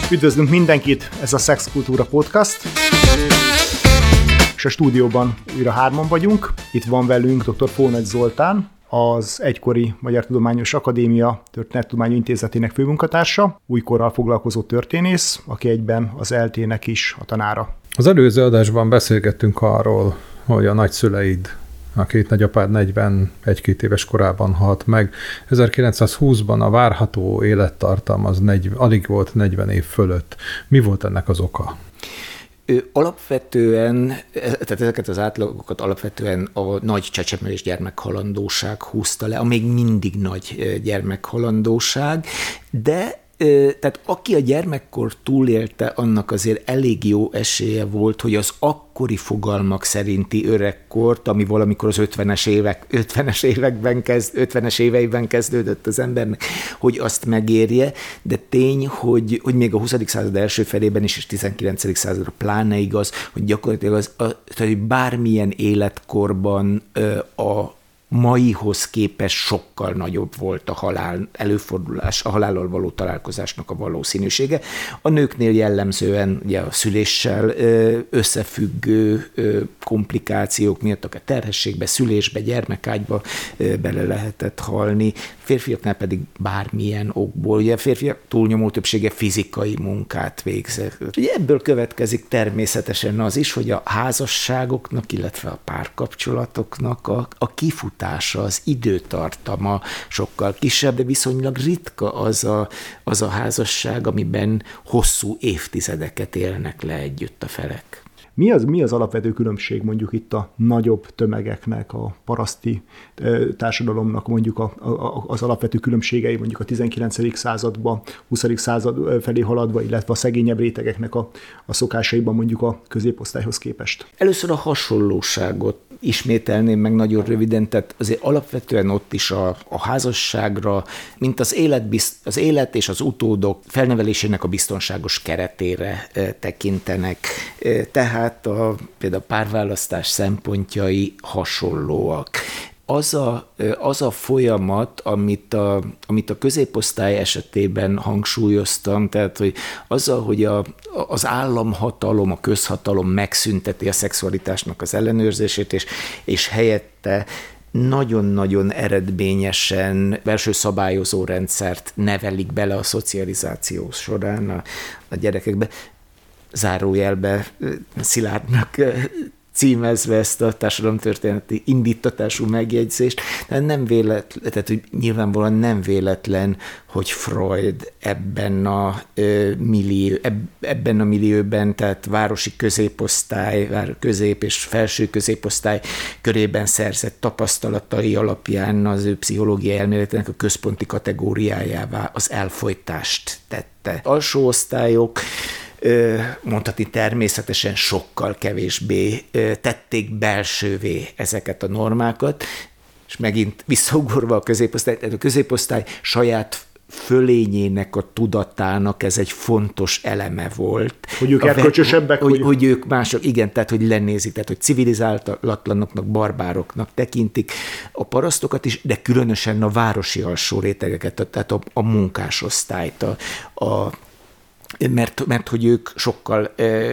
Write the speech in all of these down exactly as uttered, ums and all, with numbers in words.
Üdvözlünk mindenkit, ez a Szexkultúra Podcast, és a stúdióban újra hárman vagyunk. Itt van velünk dr. Fónagy Zoltán, az egykori Magyar Tudományos Akadémia Történettudományi Intézetének főmunkatársa, újkorral foglalkozó történész, aki egyben az é el té-nek is a tanára. Az előző adásban beszélgettünk arról, hogy a nagyszüleid, a két nagyapád negyvenegy-két éves korában halt meg. ezerkilencszázhúszban a várható élettartam az negyven, alig volt negyven év fölött. Mi volt ennek az oka? Alapvetően, tehát ezeket az átlagokat alapvetően a nagy csecsemő és gyermekhalandóság húzta le, a még mindig nagy gyermekhalandóság, de tehát aki a gyermekkor túlélte, annak azért elég jó esélye volt, hogy az akkori fogalmak szerinti öregkort, ami valamikor az ötvenes évek, ötvenes években kezd, ötvenes éveiben kezdődött az embernek, hogy azt megérje, de tény, hogy, hogy még a huszadik század első felében is, és tizenkilencedik századra pláne igaz, hogy gyakorlatilag az, a, tehát bármilyen életkorban a maihoz képest sokkal nagyobb volt a halál előfordulás, a halállal való találkozásnak a valószínűsége. A nőknél jellemzően ugye a szüléssel összefüggő komplikációk miatt, a terhességbe, szülésbe, gyermekágyba bele lehetett halni, férfiaknál pedig bármilyen okból. Ugye a férfiak túlnyomó többsége fizikai munkát végzett. Ugye ebből következik természetesen az is, hogy a házasságoknak, illetve a párkapcsolatoknak a, a kifutása, az időtartama sokkal kisebb, de viszonylag ritka az a, az a házasság, amiben hosszú évtizedeket élnek le együtt a felek. Mi az, mi az alapvető különbség mondjuk itt a nagyobb tömegeknek, a paraszti társadalomnak mondjuk a, a, az alapvető különbségei mondjuk a tizenkilencedik században, huszadik század felé haladva, illetve a szegényebb rétegeknek a, a szokásaiban mondjuk a középosztályhoz képest? Először a hasonlóságot ismételném meg nagyon röviden, tehát azért alapvetően ott is a, a házasságra, mint az élet, az élet és az utódok felnevelésének a biztonságos keretére e, tekintenek. E, tehát a, például a párválasztás szempontjai hasonlóak. Az a, az a folyamat, amit a, amit a középosztály esetében hangsúlyoztam, tehát hogy azzal, hogy a, az államhatalom, a közhatalom megszünteti a szexualitásnak az ellenőrzését, és, és helyette nagyon-nagyon eredményesen belső szabályozó rendszert nevelik bele a szocializáció során a, a gyerekekbe, zárójelbe Szilárdnak címezve ezt a társadalomtörténeti indítatású megjegyzést, de nem véletlen, tehát hogy nyilvánvalóan nem véletlen, hogy Freud ebben a ö, millió, eb, ebben a millióben, tehát városi középosztály, közép és felső középosztály körében szerzett tapasztalatai alapján az ő pszichológiai elméletének a központi kategóriájává az elfojtást tette. Alsó osztályok mondhatni természetesen sokkal kevésbé tették belsővé ezeket a normákat, és megint visszaugorva a középosztály, tehát a középosztály saját fölényének a tudatának ez egy fontos eleme volt. Hogy ők erkölcsösebbek? Hogy, hogy, hogy ők mások, igen, tehát hogy lenézik, tehát hogy civilizáltatlanoknak, barbároknak tekintik a parasztokat is, de különösen a városi alsó rétegeket, tehát a, a munkásosztályt, a, a Mert, mert hogy ők sokkal e,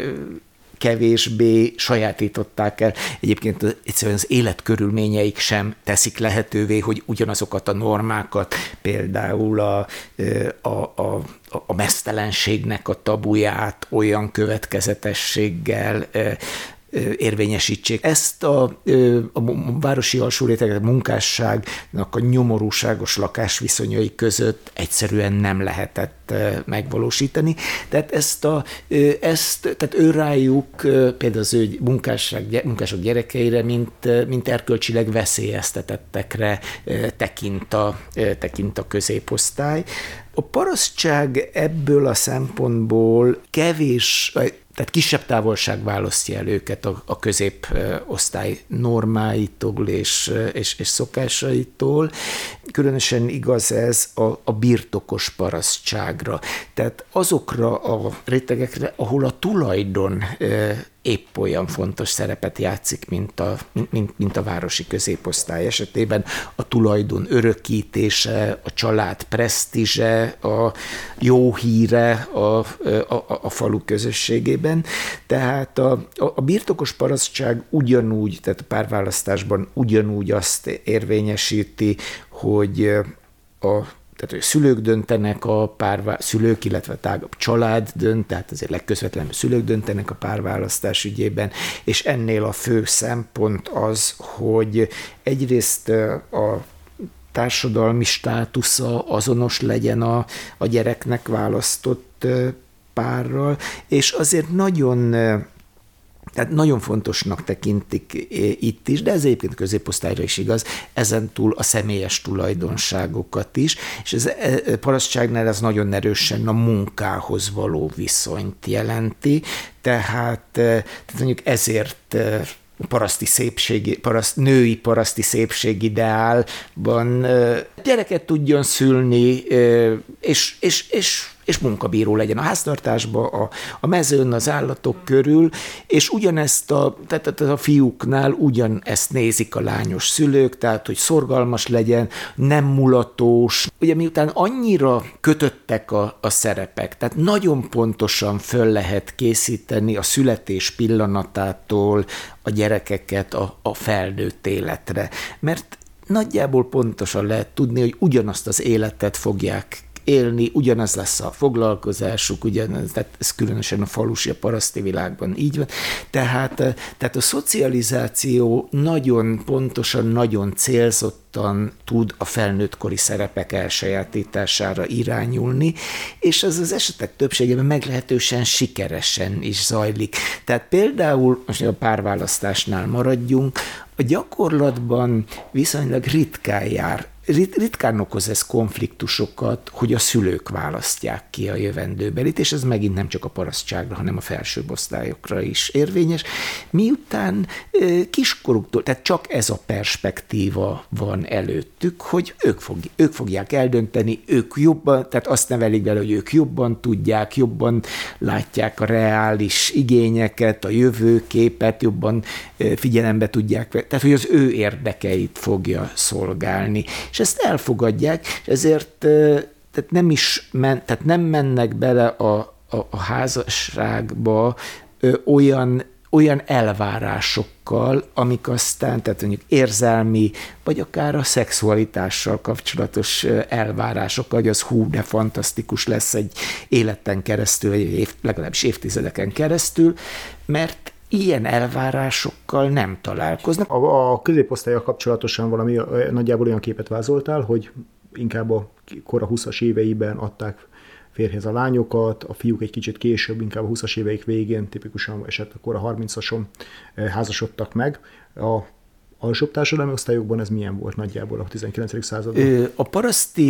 kevésbé sajátították el. Egyébként egyszerűen az életkörülményeik sem teszik lehetővé, hogy ugyanazokat a normákat, például a, a, a, a meztelenségnek a tabuját olyan következetességgel e, érvényesítsék. Ezt a, a városi alsó rétegek, a munkásságnak a nyomorúságos lakásviszonyai között egyszerűen nem lehetett megvalósítani. Tehát ezt a, ezt, tehát ő rájuk, például az ő munkásság, munkások gyerekeire, mint, mint erkölcsileg veszélyeztetettekre tekint a, tekint a középosztály. A parasztság ebből a szempontból kevés, tehát kisebb távolság választja el őket a, a középosztály normáitól és, és, és szokásaitól. különösen igaz ez a, a birtokos parasztságra. Tehát azokra a rétegekre, ahol a tulajdon épp olyan fontos szerepet játszik, mint a, mint, mint a városi középosztály esetében. A tulajdon örökítése, a család presztízse, a jó híre a, a, a falu közösségében. Tehát a, a birtokos parasztság ugyanúgy, tehát a párválasztásban ugyanúgy azt érvényesíti, hogy a tehát, hogy szülők döntenek a párvá... szülők, illetve tágabb család dönt, tehát azért legközvetlenül szülők döntenek a párválasztás ügyében, és ennél a fő szempont az, hogy egyrészt a társadalmi státusza azonos legyen a, a gyereknek választott párral, és azért nagyon... Tehát nagyon fontosnak tekintik itt is, de ez egyébként középosztályra is igaz, ezentúl a személyes tulajdonságokat is, és ez a parasztságnál ez nagyon erősen a munkához való viszonyt jelenti, tehát, tehát mondjuk ezért paraszti szépségi, paraszt, női paraszti szépségideálban gyereket tudjon szülni, és, és, és és munkabíró legyen a háztartásban, a, a mezőn, az állatok körül, és ugyanezt a, tehát a fiúknál ugyanezt nézik a lányos szülők, tehát hogy szorgalmas legyen, nem mulatós. Ugye miután annyira kötöttek a, a szerepek, tehát nagyon pontosan föl lehet készíteni a születés pillanatától a gyerekeket a, a felnőtt életre, mert nagyjából pontosan lehet tudni, hogy ugyanazt az életet fogják élni, ugyanaz lesz a foglalkozásuk, ugyanaz, tehát ez különösen a falusi, a paraszti világban így van. Tehát, tehát a szocializáció nagyon pontosan, nagyon célzottan tud a felnőttkori szerepek elsajátítására irányulni, és az az esetek többségében meglehetősen sikeresen is zajlik. Tehát például, most a párválasztásnál maradjunk, a gyakorlatban viszonylag ritkán jár, ritkán okoz ez konfliktusokat, hogy a szülők választják ki a jövendőbelit, és ez megint nem csak a parasztságra, hanem a felsőbb osztályokra is érvényes. Miután kiskoruktól, tehát csak ez a perspektíva van előttük, hogy ők, fog, ők fogják eldönteni, ők jobban, tehát azt nevelik bele, hogy ők jobban tudják, jobban látják a reális igényeket, a jövőképet, jobban figyelembe tudják, tehát hogy az ő érdekeit fogja szolgálni. És ezt elfogadják, és ezért tehát nem, is men, tehát nem mennek bele a, a, a házasságba ö, olyan, olyan elvárásokkal, amik aztán, tehát mondjuk érzelmi, vagy akár a szexualitással kapcsolatos elvárásokkal, hogy az hú, de fantasztikus lesz egy életen keresztül, egy év, legalábbis évtizedeken keresztül, mert ilyen elvárásokkal nem találkoznak. A, a középosztállyal kapcsolatosan valami nagyjából olyan képet vázoltál, hogy inkább a kora húszas éveiben adták férjhez a lányokat, a fiúk egy kicsit később, inkább a húszas éveik végén, tipikusan esetleg a kora harmincason házasodtak meg. A alsóbb társadalmi osztályokban ez milyen volt nagyjából a tizenkilencedik században? A paraszti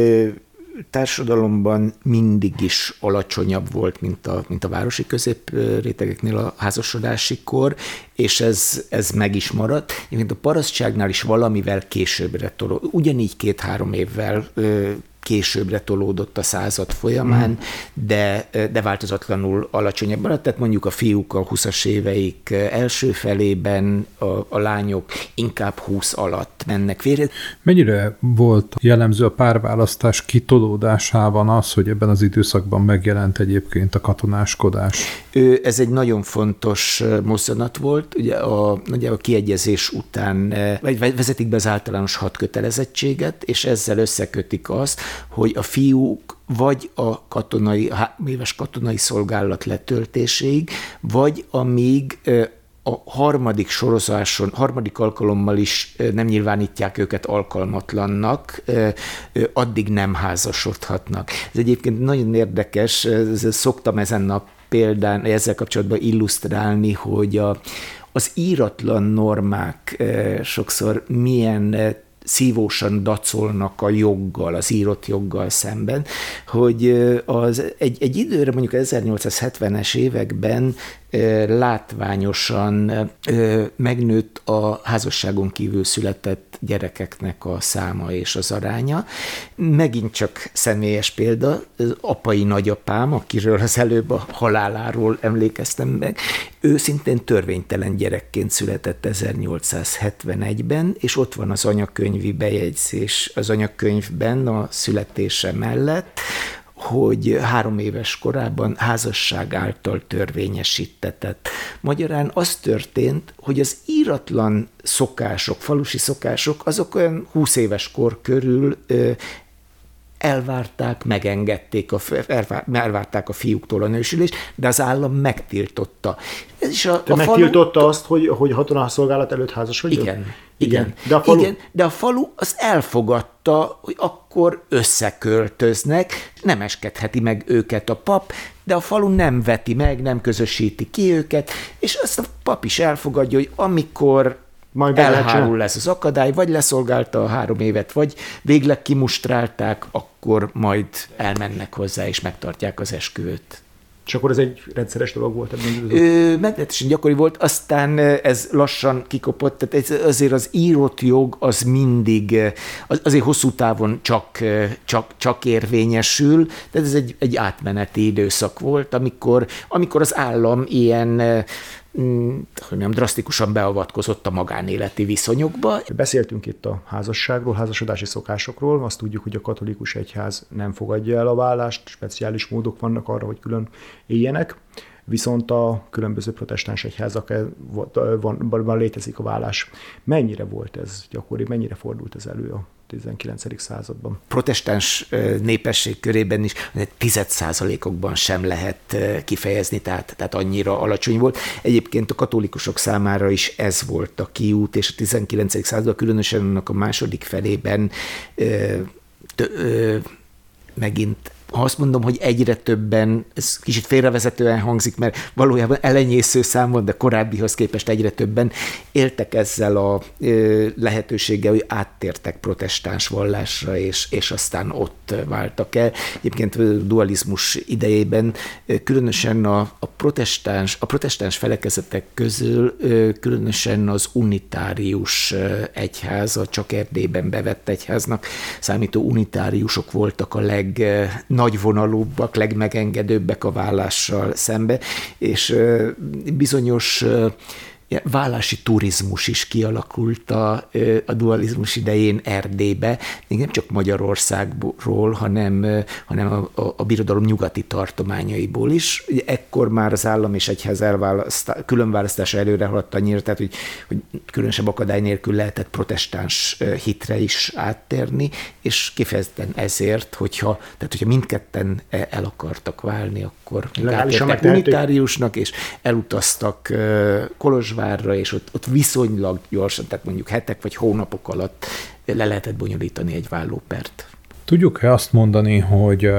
társadalomban mindig is alacsonyabb volt, mint a, mint a városi középrétegeknél a házasodási kor, és ez, ez meg is maradt. Egyébként a parasztságnál is valamivel későbbre tolódott, ugyanígy két-három évvel későbbre tolódott a század folyamán, mm. de, de változatlanul alacsonyabb maradt. Tehát mondjuk a fiúk a húszas éveik első felében, a, a lányok inkább húsz alatt mennek férjhez. Mennyire volt jellemző a párválasztás kitolódásában az, hogy ebben az időszakban megjelent egyébként a katonáskodás? Ez egy nagyon fontos mozzanat volt. Ugye a, a kiegyezés után vagy vezetik be az általános hadkötelezettséget, és ezzel összekötik azt, hogy a fiúk vagy a katonai, a éves katonai szolgálat letöltéséig, vagy amíg a harmadik sorozáson, harmadik alkalommal is nem nyilvánítják őket alkalmatlannak, addig nem házasodhatnak. Ez egyébként nagyon érdekes, szoktam ezen a példán, ezzel kapcsolatban illusztrálni, hogy a, az íratlan normák sokszor milyen szívósan dacolnak a joggal, az írott joggal szemben, hogy az egy, egy időre mondjuk ezernyolcszázhetvenes években látványosan megnőtt a házasságon kívül született gyerekeknek a száma és az aránya. Megint csak személyes példa, az apai nagyapám, akiről az előbb a haláláról emlékeztem meg, ő szintén törvénytelen gyerekként született ezernyolcszázhetvenegyben, és ott van az anyakönyvi bejegyzés az anyakönyvben a születése mellett, hogy három éves korában házasság által törvényesítetett. Magyarán az történt, hogy az íratlan szokások, falusi szokások, azok olyan húsz éves kor körül ö, elvárták, megengedték, a, elvárták a fiúktól a nősülést, de az állam megtiltotta. Ez is a, Te a megtiltotta falu... azt, hogy, hogy hatonaszolgálat előtt házasodjon? Igen. Igen. Igen. De, a falu... Igen, de a falu az elfogadta, hogy akkor összeköltöznek, nem eskedheti meg őket a pap, de a falu nem veti meg, nem közösíti ki őket, és azt a pap is elfogadja, hogy amikor majd elhárul lesz az akadály, vagy leszolgálta a három évet, vagy végleg kimustrálták, akkor majd elmennek hozzá, és megtartják az esküvőt. És akkor ez egy rendszeres dolog volt ebben? Meglehetősen gyakori volt, aztán ez lassan kikopott, tehát ez, azért az írott jog az mindig, az, azért hosszú távon csak, csak, csak érvényesül, tehát ez egy, egy átmeneti időszak volt, amikor, amikor az állam ilyen hogy mondjam, drasztikusan beavatkozott a magánéleti viszonyokba. Beszéltünk itt a házasságról, házasodási szokásokról, azt tudjuk, hogy a katolikus egyház nem fogadja el a vállást, speciális módok vannak arra, hogy külön éljenek, viszont a különböző protestáns egyházakban létezik a vállás. Mennyire volt ez gyakori, mennyire fordult ez elő a tizenkilencedik században? Protestáns népesség körében is tized százalékokban sem lehet kifejezni, tehát, tehát annyira alacsony volt. Egyébként a katolikusok számára is ez volt a kiút, és a tizenkilencedik században, különösen annak a második felében ö, ö, megint ha azt mondom, hogy egyre többen, ez kicsit félrevezetően hangzik, mert valójában elenyésző szám van, de korábbihoz képest egyre többen éltek ezzel a lehetőséggel, hogy áttértek protestáns vallásra, és, és aztán ott váltak el. Egyébként a dualizmus idejében különösen a, a, protestáns, a protestáns felekezetek közül különösen az unitárius egyház, a csak Erdélyben bevett egyháznak számító unitáriusok voltak a leg nagyvonalúbbak, legmegengedőbbek a vállással szembe, és bizonyos vállási turizmus is kialakult a, a dualizmus idején Erdélybe, még nem csak Magyarországról, hanem, hanem a, a, a birodalom nyugati tartományaiból is. Ugye ekkor már az állam és egyház különválasztása előre haladt annyira, tehát hogy, hogy különösebb akadály nélkül lehetett protestáns hitre is áttérni, és kifejezetten ezért, hogyha, tehát hogyha mindketten el akartak válni, akkor áttértek unitáriusnak, és elutaztak Kolozsvárra, és ott, ott viszonylag gyorsan, tehát mondjuk hetek vagy hónapok alatt le lehetett bonyolítani egy vállópert. Tudjuk-e azt mondani, hogy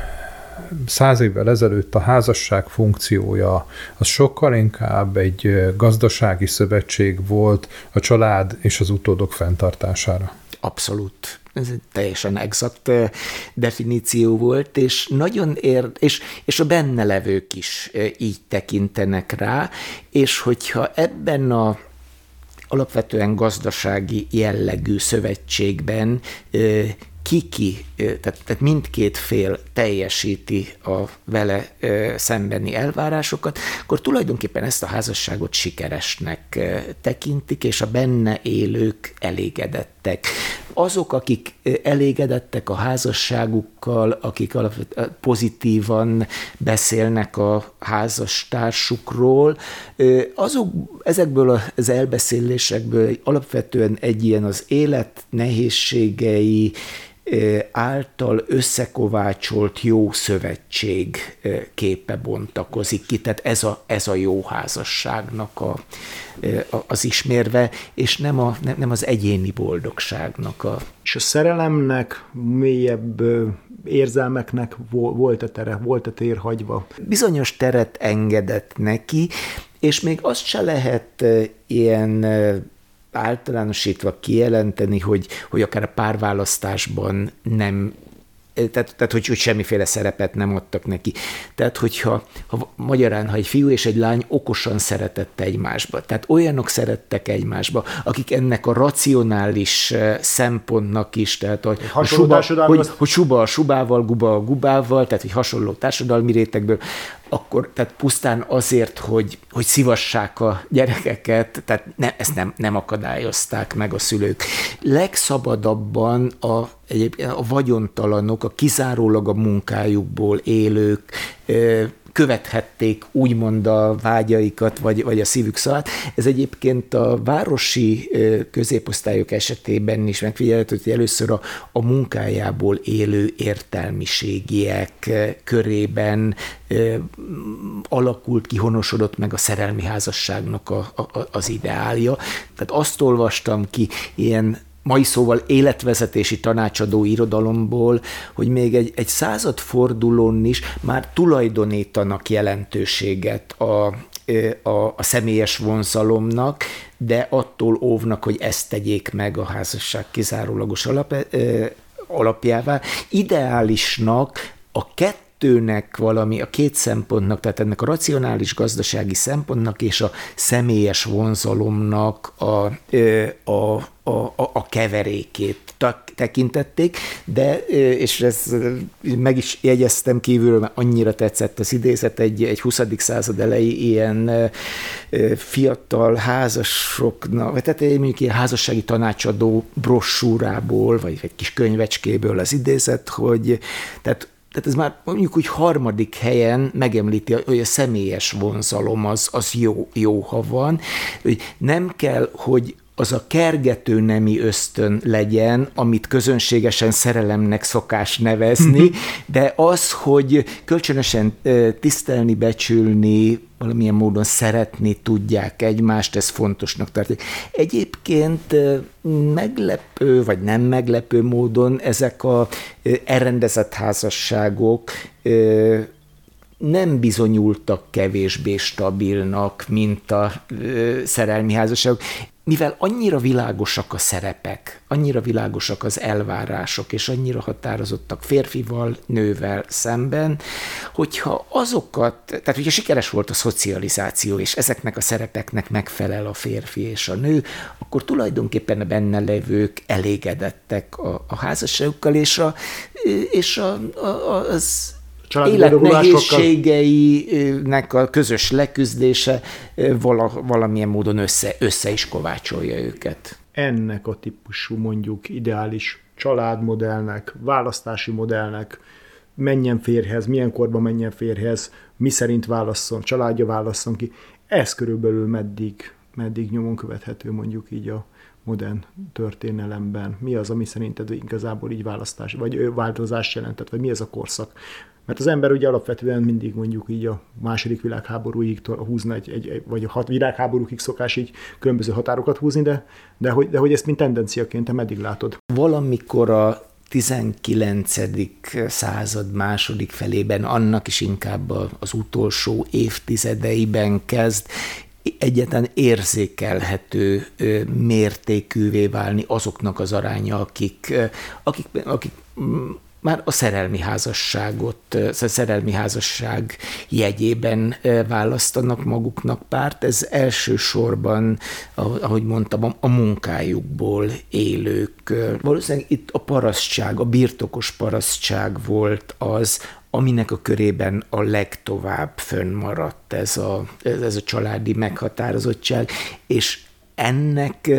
száz évvel ezelőtt a házasság funkciója az sokkal inkább egy gazdasági szövetség volt a család és az utódok fenntartására? Abszolút. Ez egy teljesen exakt definíció volt, és nagyon ér, és, és a benne levők is így tekintenek rá, és hogyha ebben a alapvetően gazdasági jellegű szövetségben ki-ki, tehát, tehát mindkét fél teljesíti a vele szembeni elvárásokat, akkor tulajdonképpen ezt a házasságot sikeresnek tekintik, és a benne élők elégedettek. Azok, akik elégedettek a házasságukkal, akik pozitívan beszélnek a házastársukról, azok ezekből az elbeszélésekből alapvetően egy ilyen az élet nehézségei által összekovácsolt jó szövetség képe bontakozik ki, tehát ez a, ez a jó házasságnak a, az ismérve, és nem, a, nem az egyéni boldogságnak a... És a szerelemnek, mélyebb érzelmeknek volt-e tere, volt-e tér hagyva? Bizonyos teret engedett neki, és még azt se lehet ilyen általánosítva kijelenteni, hogy, hogy akár a párválasztásban nem tehát, tehát hogy, hogy semmiféle szerepet nem adtak neki. Tehát, hogyha ha, magyarán, ha egy fiú és egy lány okosan szeretett egymásba, tehát olyanok szerettek egymásba, akik ennek a racionális szempontnak is, tehát hogy, a suba, hogy, hogy suba a subával, guba a gubával, tehát hogy hasonló társadalmi rétegből, akkor tehát pusztán azért, hogy, hogy szivassák a gyerekeket, tehát ne, ezt nem, nem akadályozták meg a szülők. Legszabadabban a, egyébként a vagyontalanok, a kizárólag a munkájukból élők követhették úgymond a vágyaikat, vagy, vagy a szívük szavát. Ez egyébként a városi középosztályok esetében is megfigyelhető, hogy először a, a munkájából élő értelmiségiek körében alakult, kihonosodott meg a szerelmi házasságnak a, a, az ideálja. Tehát azt olvastam ki ilyen mai szóval életvezetési tanácsadó irodalomból, hogy még egy, egy századfordulón is már tulajdonítanak jelentőséget a, a, a személyes vonzalomnak, de attól óvnak, hogy ezt tegyék meg a házasság kizárólagos alap, alapjává. Ideálisnak a kettő tőnek valami, a két szempontnak, tehát ennek a racionális gazdasági szempontnak és a személyes vonzalomnak a, a, a, a keverékét tekintették, de, és ezt meg is jegyeztem kívülről, mert annyira tetszett az idézet, egy, egy huszadik század elejé ilyen fiatal házasoknak, tehát egy mondjuk ilyen házassági tanácsadó brossúrából, vagy egy kis könyvecskéből az idézet, hogy tehát Tehát ez már mondjuk úgy harmadik helyen megemlíti, hogy a személyes vonzalom az, az jó, jó, ha van. Hogy nem kell, hogy az a kergető nemi ösztön legyen, amit közönségesen szerelemnek szokás nevezni, de az, hogy kölcsönösen tisztelni, becsülni, valamilyen módon szeretni tudják egymást, ez fontosnak tartják. Egyébként meglepő, vagy nem meglepő módon ezek a elrendezett házasságok nem bizonyultak kevésbé stabilnak, mint a szerelmi házasságok, mivel annyira világosak a szerepek, annyira világosak az elvárások, és annyira határozottak férfival, nővel szemben, hogyha azokat, tehát hogyha sikeres volt a szocializáció, és ezeknek a szerepeknek megfelel a férfi és a nő, akkor tulajdonképpen a benne levők elégedettek a, a házasságukkal, és, a, és a, a, az élet nehézségeinek a közös leküzdése vala, valamilyen módon össze, össze is kovácsolja őket. Ennek a típusú mondjuk ideális családmodellnek, választási modellnek menjen férjhez, milyen korban menjen férjhez, mi szerint válasszon, családja válasszon ki, ez körülbelül meddig, meddig nyomon követhető mondjuk így a modern történelemben. Mi az, ami szerinted igazából így választás, vagy változást jelentett, vagy mi ez a korszak? Mert az ember ugye alapvetően mindig mondjuk így a második világháborúig húzna, egy, egy, vagy a hat világháborúkig szokás így különböző határokat húzni, de, de, hogy, de hogy ezt mint tendenciaként te meddig látod? Valamikor a tizenkilencedik század második felében, annak is inkább az utolsó évtizedeiben kezd egyetlen érzékelhető mértékűvé válni azoknak az aránya, akik, akik, akik már a szerelmi házasságot, a szerelmi házasság jegyében választanak maguknak párt. Ez elsősorban, ahogy mondtam, a munkájukból élők. Valószínűleg itt a parasztság, a birtokos parasztság volt az, aminek a körében a legtovább fönnmaradt ez a, ez a családi meghatározottság, és ennek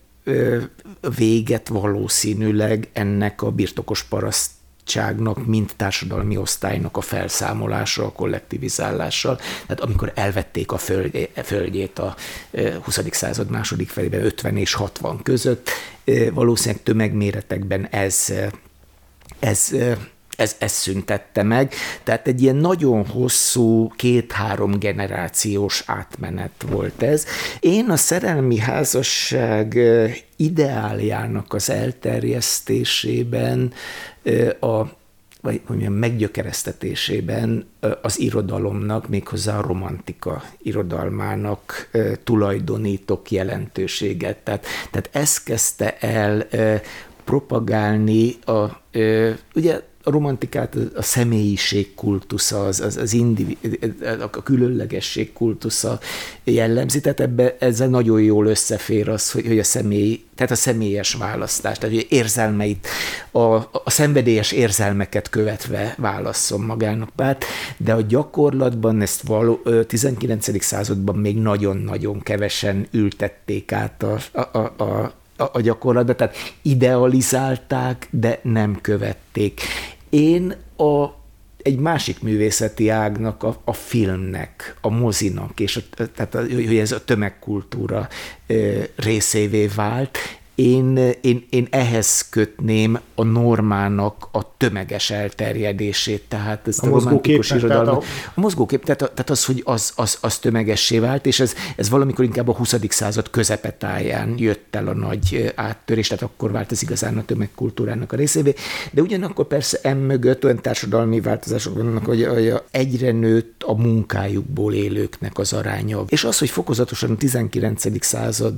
véget valószínűleg ennek a birtokos paraszt mint társadalmi osztálynak a felszámolása, a kollektivizálással. Tehát amikor elvették a földjét a huszadik század második felében ötven és hatvan között, valószínűleg tömegméretekben ez, ez, ez, ez szüntette meg. Tehát egy ilyen nagyon hosszú, két-három generációs átmenet volt ez. Én a szerelmi házasság ideáljának az elterjesztésében, a, vagy mondjam, meggyökeresztetésében az irodalomnak, méghozzá a romantika irodalmának tulajdonítok jelentőséget. Tehát, tehát ezt kezdte el propagálni a, ugye romantikát a személyiség kultusza, az, az, az individ, a különlegesség kultusza jellemzi, tehát ebbe, ezzel nagyon jól összefér az, hogy, hogy a személy, tehát a személyes választás, tehát hogy érzelmeit, a, a szenvedélyes érzelmeket követve válasszon magának párt, de a gyakorlatban ezt való, tizenkilencedik században még nagyon-nagyon kevesen ültették át a, a, a, a a gyakorlatba, tehát idealizálták, de nem követték. Én a, egy másik művészeti ágnak, a, a filmnek, a mozinak, és a, tehát a, hogy ez a tömegkultúra részévé vált, Én, én, én ehhez kötném a normának a tömeges elterjedését, tehát ezt a, a romantikus irodalmat. A... a mozgókép, tehát, a, tehát az, hogy az, az, az tömegessé vált, és ez, ez valamikor inkább a huszadik század közepetáján jött el a nagy áttörés, tehát akkor vált ez igazán a tömegkultúrának a részévé, de ugyanakkor persze emögött olyan társadalmi változások vannak, hogy, hogy egyre nőtt a munkájukból élőknek az aránya. És az, hogy fokozatosan a tizenkilencedik század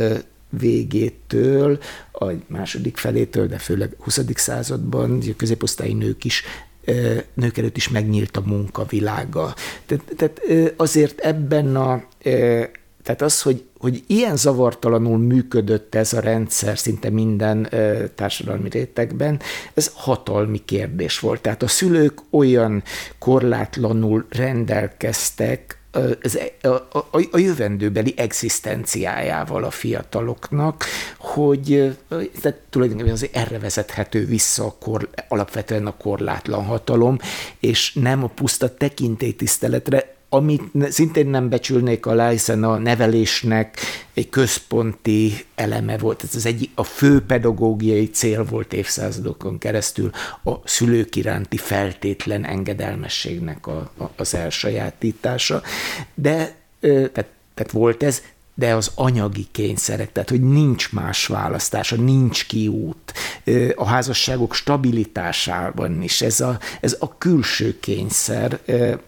végétől, a második felétől, de főleg huszadik században a középosztályi nők is, nők előtt is megnyílt a munkavilága. Tehát, tehát azért ebben a, tehát az, hogy, hogy ilyen zavartalanul működött ez a rendszer szinte minden társadalmi rétegben, ez hatalmi kérdés volt. Tehát a szülők olyan korlátlanul rendelkeztek Az, a, a, a jövendőbeli egzisztenciájával a fiataloknak, hogy tehát tulajdonképpen azért erre vezethető vissza a kor, alapvetően a korlátlan hatalom, és nem a puszta tekintélytiszteletre, amit szintén nem becsülnék alá, hiszen a nevelésnek egy központi eleme volt. Ez az egyik, a fő pedagógiai cél volt évszázadokon keresztül a szülők iránti feltétlen engedelmességnek a, a, az elsajátítása. De tehát, tehát volt ez, de az anyagi kényszerek, tehát hogy nincs más választása, nincs kiút. A házasságok stabilitásában is ez a, ez a külső kényszer.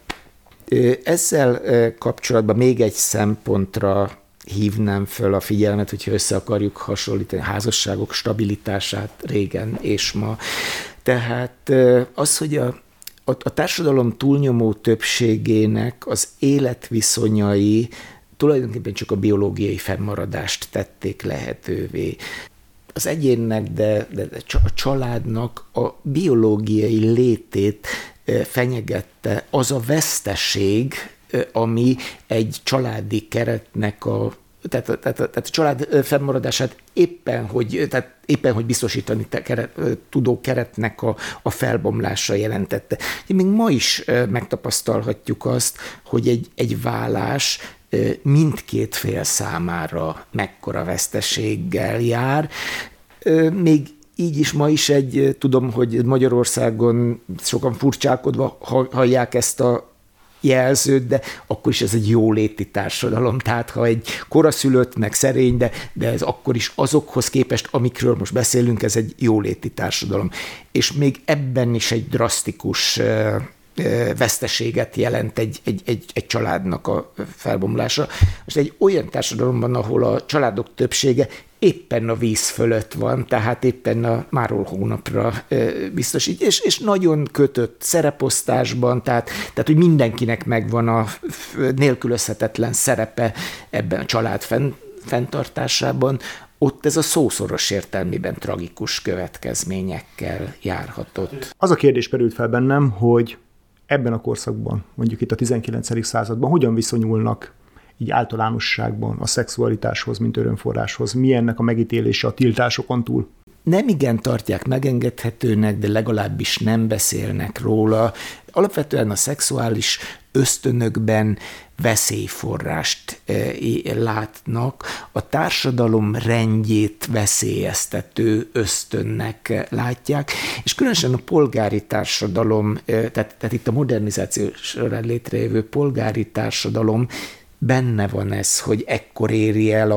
Ezzel kapcsolatban még egy szempontra hívnám föl a figyelmet, hogyha össze akarjuk hasonlítani a házasságok stabilitását régen és ma. Tehát az, hogy a, a, a társadalom túlnyomó többségének az életviszonyai tulajdonképpen csak a biológiai fennmaradást tették lehetővé. Az egyénnek, de, de, de a családnak a biológiai létét fenyegette az a veszteség, ami egy családi keretnek a, tehát, tehát, tehát a család fennmaradását éppen, hogy, tehát éppen, hogy biztosítani keret, tudó keretnek a, a felbomlása jelentette. Még ma is megtapasztalhatjuk azt, hogy egy, egy válás mindkét fél számára mekkora veszteséggel jár. Még így is ma is egy, tudom, hogy Magyarországon sokan furcsálkodva hallják ezt a jelzőt, de akkor is ez egy jóléti társadalom. Tehát ha egy koraszülött, meg szerény, de, de ez akkor is azokhoz képest, amikről most beszélünk, ez egy jóléti társadalom. És még ebben is egy drasztikus veszteséget jelent egy, egy, egy, egy családnak a felbomlása. Most egy olyan társadalomban, ahol a családok többsége éppen a víz fölött van, tehát éppen a máról hónapra biztosít, és, és nagyon kötött szereposztásban, tehát, tehát hogy mindenkinek megvan a nélkülözhetetlen szerepe ebben a család fenn, fenntartásában, ott ez a szószoros értelmében tragikus következményekkel járhatott. Az a kérdés merült fel bennem, hogy ebben a korszakban, mondjuk itt a tizenkilencedik században hogyan viszonyulnak így általánosságban a szexualitáshoz, mint örömforráshoz? Mi ennek a megítélése a tiltásokon túl? Nem igen tartják megengedhetőnek, de legalábbis nem beszélnek róla. Alapvetően a szexuális ösztönökben veszélyforrást látnak, a társadalom rendjét veszélyeztető ösztönnek látják, és különösen a polgári társadalom, tehát, tehát itt a modernizáció során létrejövő polgári társadalom, benne van ez, hogy ekkor éri el a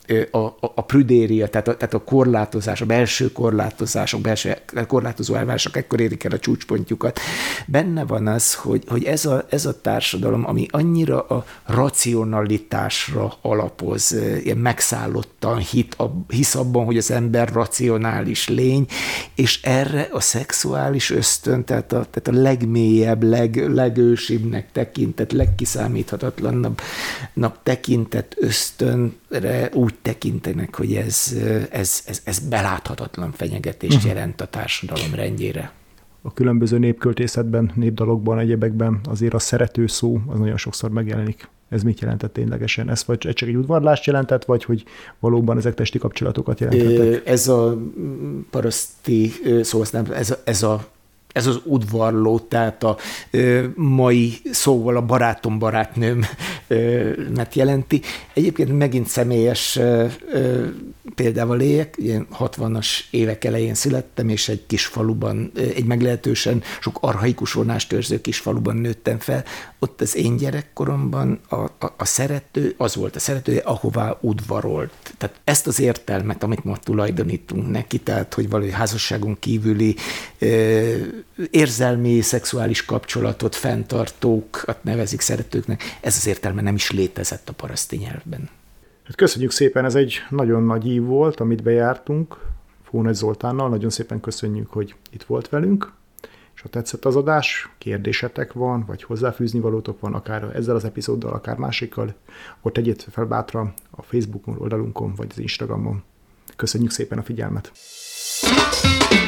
a, a, a prüdéria, tehát a, tehát a korlátozás, a belső korlátozások, belső korlátozó elvárások ekkor érik el a csúcspontjukat. Benne van az, hogy, hogy ez, a, ez a társadalom, ami annyira a racionalitásra alapoz, ilyen megszállottan hit, hisz abban, hogy az ember racionális lény, és erre a szexuális ösztön, tehát a, tehát a legmélyebb, leg, legősibbnek tekintett, legkiszámíthatatlanabbnak tekintett ösztönre úgy tekintenek, hogy ez, ez, ez, ez beláthatatlan fenyegetést uh-huh. jelent a társadalom rendjére. A különböző népköltészetben, népdalokban, egyebekben azért a szerető szó az nagyon sokszor megjelenik. Ez mit jelentett ténylegesen? Ez vagy csak egy udvarlást jelentett, vagy hogy valóban ezek testi kapcsolatokat jelentettek? Ez a paraszti szó, ez a, ez a Ez az udvarló, tehát a ö, mai szóval a barátom, barátnőmet jelenti. Egyébként megint személyes ö, ö, példával éljek, ilyen hatvanas évek elején születtem, és egy kis faluban, egy meglehetősen sok archaikus vonást őrző kis faluban nőttem fel. Ott az én gyerekkoromban a, a, a szerető, az volt a szeretője, ahová udvarolt. Tehát ezt az értelmet, amit ma tulajdonítunk neki, tehát hogy valahogy házasságon kívüli ö, érzelmi, szexuális kapcsolatot fenntartókat nevezik szeretőknek, ez az értelme nem is létezett a paraszti nyelvben. Hát köszönjük szépen, ez egy nagyon nagy ív volt, amit bejártunk Fónagy Zoltánnal, nagyon szépen köszönjük, hogy itt volt velünk, és ha tetszett az adás, kérdésetek van, vagy hozzáfűzni valótok van, akár ezzel az epizóddal, akár másikkal, akkor tegyétek fel bátran a Facebook oldalunkon, vagy az Instagramon. Köszönjük szépen a figyelmet!